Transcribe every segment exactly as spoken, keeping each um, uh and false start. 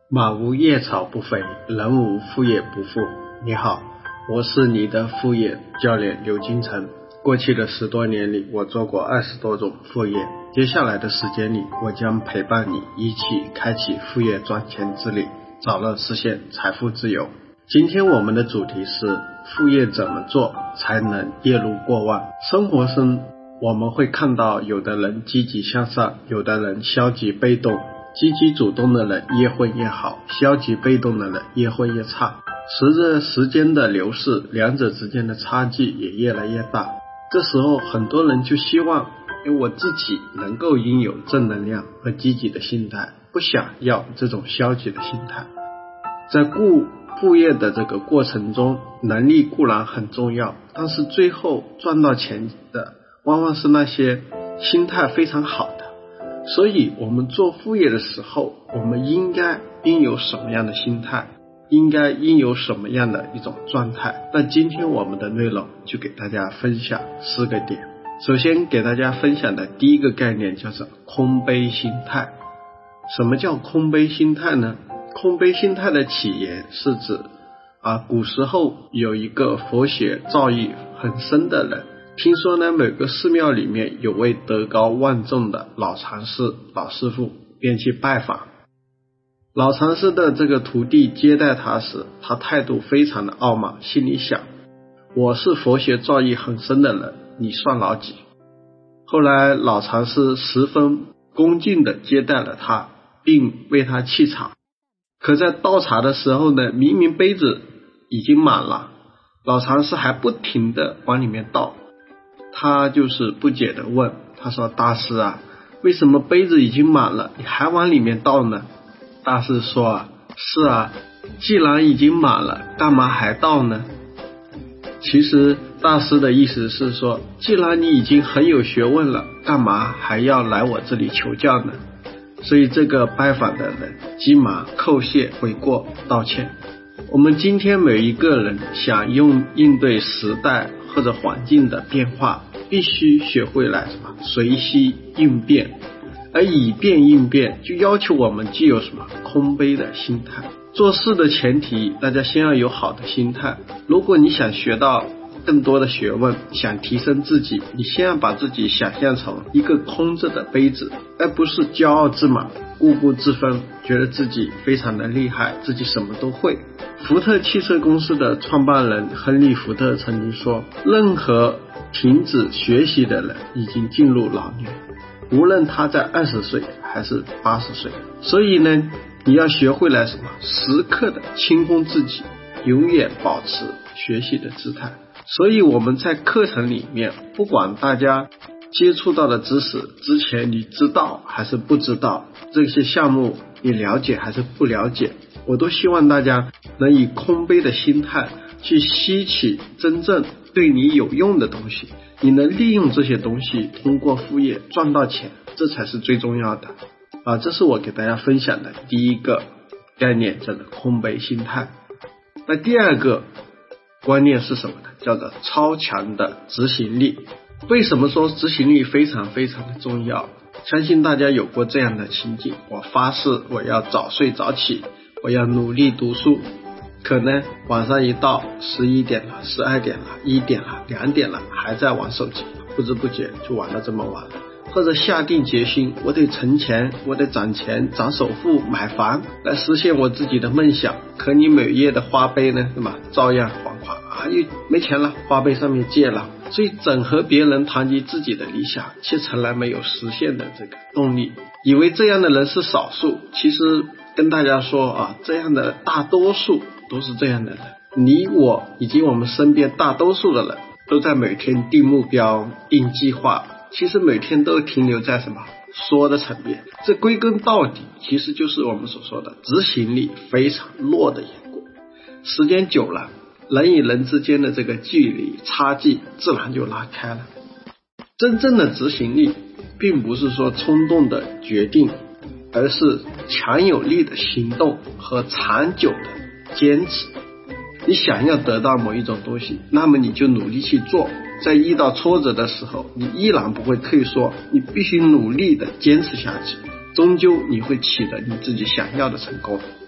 马无夜草不肥，人无副业不富。你好，我是你的副业教练刘金成。过去的十多年里，我做过二十多种副业，接下来的时间里，我将陪伴你一起开启副业赚钱之旅，早日实现财富自由。今天我们的主题是副业怎么做才能月入过万。生活中我们会看到有的人积极向上，有的人消极被动，积极主动的人越混越好，消极被动的人越混越差。随着时间的流逝，两者之间的差距也越来越大。这时候很多人就希望我自己能够拥有正能量和积极的心态，不想要这种消极的心态。在顾副业的这个过程中，能力固然很重要，但是最后赚到钱的往往是那些心态非常好的。所以我们做副业的时候，我们应该拥有什么样的心态，应该拥有什么样的一种状态。那今天我们的内容就给大家分享四个点。首先给大家分享的第一个概念叫做空杯心态。什么叫空杯心态呢？空杯心态的起源是指啊，古时候有一个佛学造诣很深的人，听说呢某个寺庙里面有位德高望重的老禅师老师傅，便去拜访。老禅师的这个徒弟接待他时，他态度非常的傲慢，心里想，我是佛学造诣很深的人，你算老几？后来老禅师十分恭敬地接待了他，并为他沏茶。可在倒茶的时候呢，明明杯子已经满了，老禅师还不停地往里面倒。他就是不解地问，他说，大师啊，为什么杯子已经满了，你还往里面倒呢？大师说啊，是啊，既然已经满了，干嘛还倒呢？其实大师的意思是说，既然你已经很有学问了，干嘛还要来我这里求教呢？所以这个拜访的人急忙叩谢悔过道歉。我们今天每一个人想用应对时代或者环境的变化，必须学会来什么随机应变，而以变应变就要求我们具有什么空杯的心态。做事的前提，大家先要有好的心态。如果你想学到更多的学问，想提升自己，你先要把自己想象成一个空着的杯子，而不是骄傲自满、固步自封，觉得自己非常的厉害，自己什么都会。福特汽车公司的创办人亨利·福特曾经说，任何停止学习的人已经进入老年，无论他在二十岁还是八十岁。所以呢，你要学会来什么时刻的清空自己，永远保持学习的姿态。所以我们在课程里面，不管大家接触到的知识之前你知道还是不知道，这些项目你了解还是不了解，我都希望大家能以空杯的心态去吸取真正对你有用的东西，你能利用这些东西通过副业赚到钱，这才是最重要的啊！这是我给大家分享的第一个概念，叫做空杯心态。那第二个观念是什么呢？叫做超强的执行力。为什么说执行力非常非常的重要？相信大家有过这样的情景，我发誓我要早睡早起，我要努力读书，可能晚上一到十一点了、十二点了、一点了、两点了，还在玩手机，不知不觉就玩到这么晚了。或者下定决心，我得存钱，我得攒钱，攒首付买房，来实现我自己的梦想。可你每月的花呗呢，对吧？照样还款啊，又没钱了，花呗上面借了。所以整合别人谈及自己的理想，却从来没有实现的这个动力。以为这样的人是少数，其实跟大家说啊，这样的大多数都是这样的人。你我以及我们身边大多数的人，都在每天定目标、定计划，其实每天都停留在什么说的层面。这归根到底其实就是我们所说的执行力非常弱的缘故。时间久了，人与人之间的这个距离差距自然就拉开了。真正的执行力并不是说冲动的决定，而是强有力的行动和长久的坚持。你想要得到某一种东西，那么你就努力去做，在遇到挫折的时候，你依然不会退缩，你必须努力的坚持下去，终究你会取得你自己想要的成功。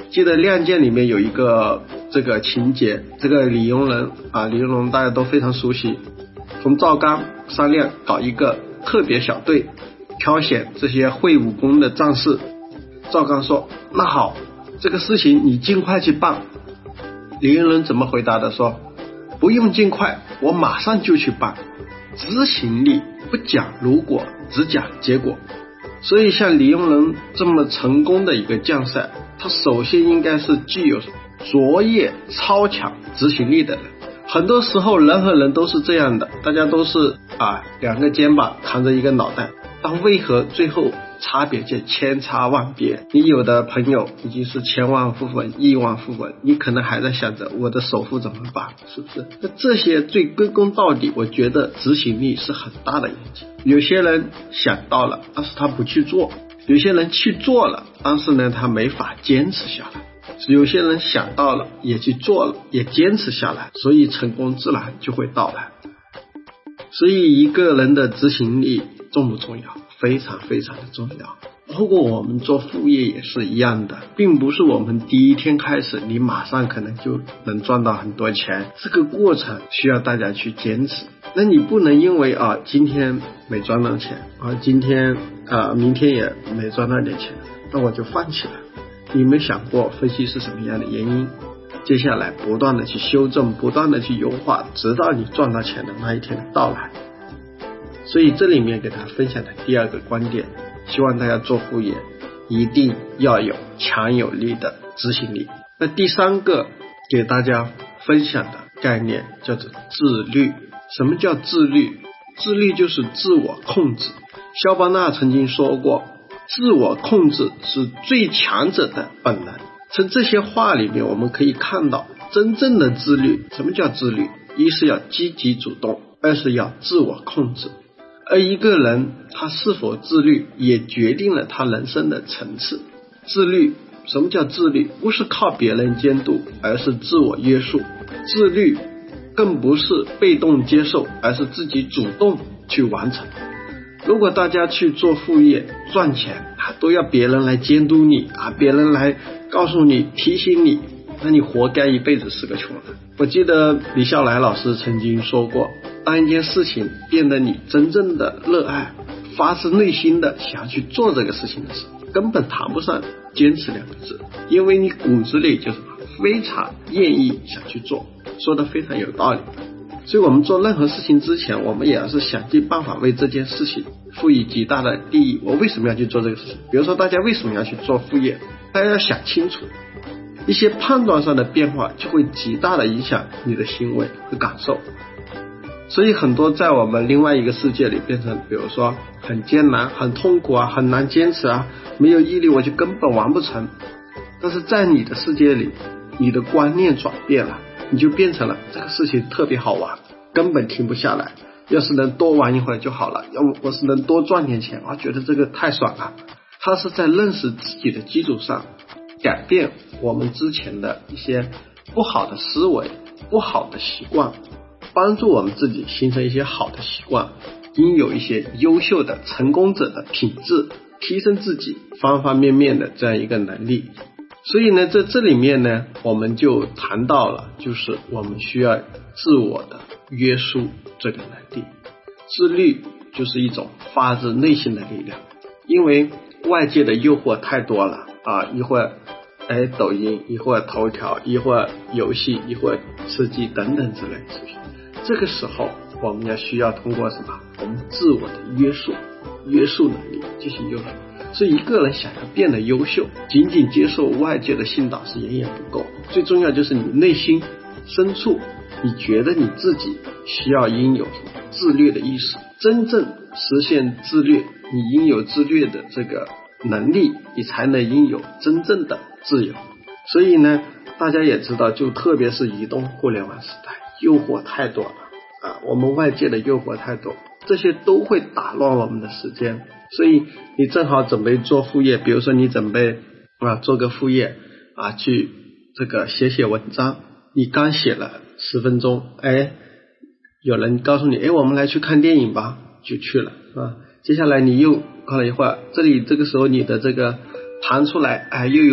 记得《亮剑》里面有一个这个情节，这个李庸人啊，李庸人大家都非常熟悉，从赵刚商量搞一个特别小队，挑选这些会武功的战士。赵刚说：“那好，这个事情你尽快去办。”李庸人怎么回答的？说：“不用尽快，我马上就去办。执行力不讲如果，只讲结果。”所以像李庸人这么成功的一个将帅，他首先应该是具有卓越超强执行力的人。很多时候人和人都是这样的，大家都是啊两个肩膀扛着一个脑袋，但为何最后差别却千差万别？你有的朋友已经是千万富翁亿万富翁，你可能还在想着我的首付怎么办，是不是？那这些最归根到底，我觉得执行力是很大的问题。有些人想到了，但是他不去做；有些人去做了，但是呢他没法坚持下来；有些人想到了也去做了，也坚持下来，所以成功自然就会到来。所以一个人的执行力重不重要？非常非常的重要。包括我们做副业也是一样的，并不是我们第一天开始你马上可能就能赚到很多钱，这个过程需要大家去坚持。那你不能因为啊今天没赚到钱啊，今天啊明天也没赚到点钱，那我就放弃了。你没想过分析是什么样的原因，接下来不断的去修正，不断的去优化，直到你赚到钱的那一天的到来。所以这里面给大家分享的第二个观点，希望大家做副业一定要有强有力的执行力。那第三个给大家分享的概念叫做自律。什么叫自律？自律就是自我控制。肖邦纳曾经说过，自我控制是最强者的本能。从这些话里面我们可以看到，真正的自律，什么叫自律？一是要积极主动，二是要自我控制。而一个人他是否自律，也决定了他人生的层次。自律，什么叫自律？不是靠别人监督，而是自我约束。自律更不是被动接受，而是自己主动去完成。如果大家去做副业赚钱啊，都要别人来监督你啊，别人来告诉你提醒你，那你活该一辈子是个穷人。我记得李笑来老师曾经说过，当一件事情变得你真正的热爱，发自内心的想要去做这个事情的时候，根本谈不上坚持两个字，因为你骨子里就是非常愿意想去做，说的非常有道理。所以我们做任何事情之前，我们也要是想尽办法为这件事情赋予极大的利益。我为什么要去做这个事情？比如说大家为什么要去做副业，大家要想清楚，一些判断上的变化就会极大的影响你的行为和感受。所以很多在我们另外一个世界里变成，比如说很艰难很痛苦啊，很难坚持啊，没有毅力我就根本完不成。但是在你的世界里，你的观念转变了，你就变成了这个事情特别好玩，根本停不下来，要是能多玩一会儿就好了，要么我是能多赚点钱啊，觉得这个太爽了。它是在认识自己的基础上改变我们之前的一些不好的思维不好的习惯，帮助我们自己形成一些好的习惯，拥有一些优秀的成功者的品质，提升自己方方面面的这样一个能力。所以呢，在这里面呢，我们就谈到了，就是我们需要自我的约束这个能力。自律就是一种发自内心的力量，因为外界的诱惑太多了啊，一会儿哎抖音，一会儿头条，一会儿游戏，一会儿吃鸡等等之类的事情。这个时候我们要需要通过什么？我们自我的约束约束能力进行约束。所以一个人想要变得优秀，仅仅接受外界的信导是远远不够，最重要就是你内心深处你觉得你自己需要应有自律的意识，真正实现自律，你应有自律的这个能力，你才能拥有真正的自由。所以呢，大家也知道，就特别是移动互联网时代，诱惑太多了啊，我们外界的诱惑太多，这些都会打乱我们的时间。所以你正好准备做副业，比如说你准备啊做个副业啊，去这个写写文章，你刚写了十分钟，哎，有人告诉你，哎，我们来去看电影吧，就去了啊。接下来你又看了一会儿，这里这个时候你的这个弹出来，哎，又有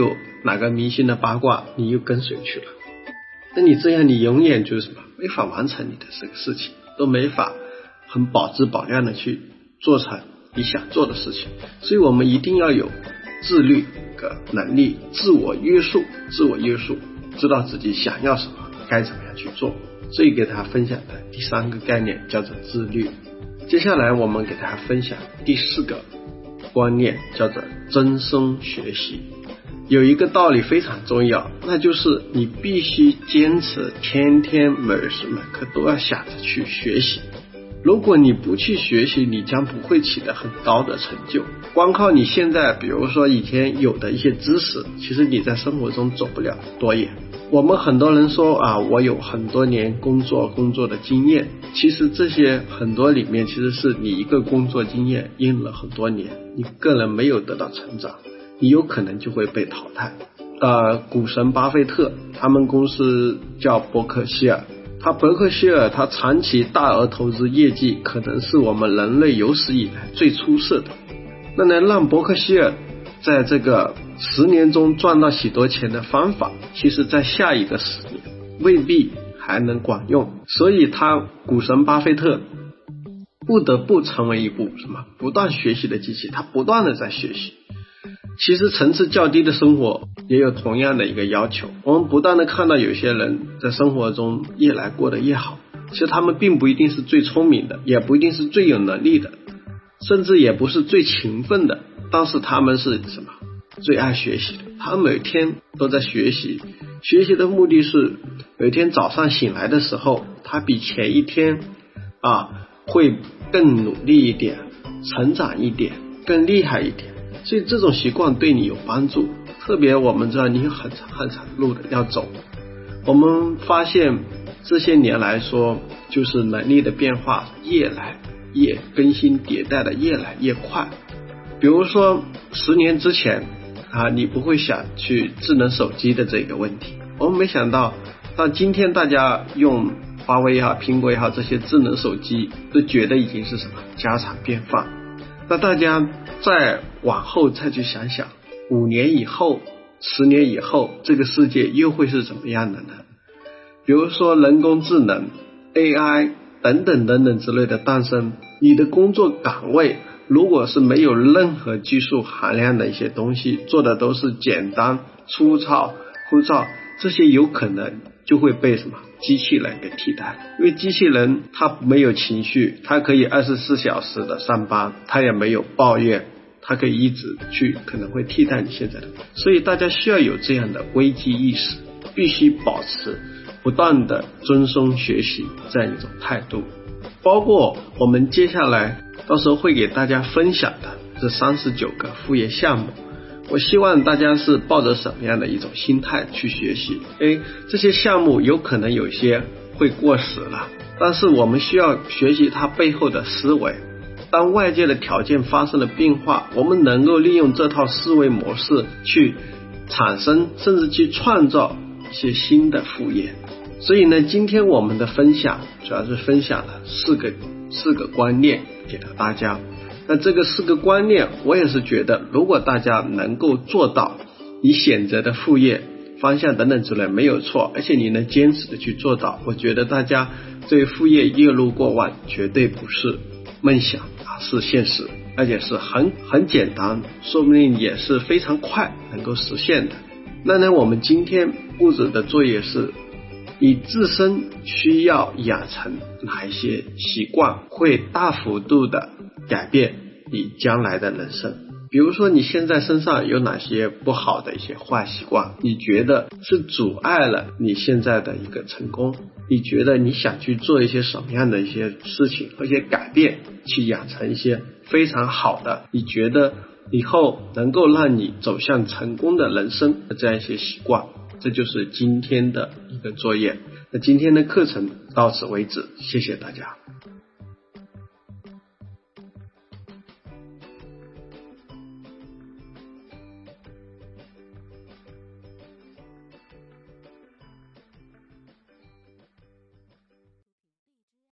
哪个明星的八卦你又跟随去了，那你这样你永远就是什么没法完成你的这个事情，都没法很保质保量的去做成你想做的事情。所以我们一定要有自律的能力，自我约束自我约束知道自己想要什么，该怎么样去做。所以给大家分享的第三个概念叫做自律。接下来我们给大家分享第四个观念，叫做终身学习。有一个道理非常重要，那就是你必须坚持天天每时每刻都要想着去学习。如果你不去学习，你将不会取得很高的成就。光靠你现在比如说以前有的一些知识，其实你在生活中走不了多远。我们很多人说啊，我有很多年工作工作的经验，其实这些很多里面其实是你一个工作经验用了很多年，你个人没有得到成长，你有可能就会被淘汰。呃，股神巴菲特他们公司叫伯克希尔，他伯克希尔他长期大额投资业绩可能是我们人类有史以来最出色的。那能让伯克希尔在这个十年中赚到许多钱的方法，其实在下一个十年未必还能管用。所以他股神巴菲特不得不成为一部什么不断学习的机器，他不断的在学习。其实层次较低的生活也有同样的一个要求，我们不断的看到有些人在生活中越来过得越好，其实他们并不一定是最聪明的，也不一定是最有能力的，甚至也不是最勤奋的，但是他们是什么最爱学习的，他每天都在学习。学习的目的是有一天早上醒来的时候，他比前一天啊会更努力一点，成长一点，更厉害一点。所以这种习惯对你有帮助，特别我们知道你有很长很长的路的要走。我们发现这些年来说，就是能力的变化越来越更新迭代的越来越快。比如说十年之前啊，你不会想去智能手机的这个问题，我们没想到到今天大家用华为也好苹果也好，这些智能手机都觉得已经是什么家常便饭。那大家再往后再去想想，五年以后十年以后这个世界又会是怎么样的呢？比如说人工智能 A I 等等等等之类的诞生，你的工作岗位如果是没有任何技术含量的一些东西，做的都是简单粗糙枯燥，这些有可能就会被什么机器人给替代。因为机器人它没有情绪，它可以二十四小时的上班，它也没有抱怨，它可以一直去可能会替代你现在的。所以大家需要有这样的危机意识，必须保持不断的终身学习这样一种态度。包括我们接下来到时候会给大家分享的这三十九个副业项目，我希望大家是抱着什么样的一种心态去学习。诶，这些项目有可能有些会过时了，但是我们需要学习它背后的思维。当外界的条件发生了变化，我们能够利用这套思维模式去产生甚至去创造一些新的副业。所以呢，今天我们的分享主要是分享了四个四个观念给到大家。那这个四个观念我也是觉得，如果大家能够做到，你选择的副业方向等等之类没有错，而且你能坚持的去做到，我觉得大家对副业月入过万绝对不是梦想，而是现实，而且是很很简单，说不定也是非常快能够实现的。那呢，我们今天布置的作业是你自身需要养成哪一些习惯，会大幅度的改变你将来的人生。比如说你现在身上有哪些不好的一些坏习惯，你觉得是阻碍了你现在的一个成功，你觉得你想去做一些什么样的一些事情和一些改变，去养成一些非常好的，你觉得以后能够让你走向成功的人生的这样一些习惯。这就是今天的一个作业。那今天的课程到此为止，谢谢大家。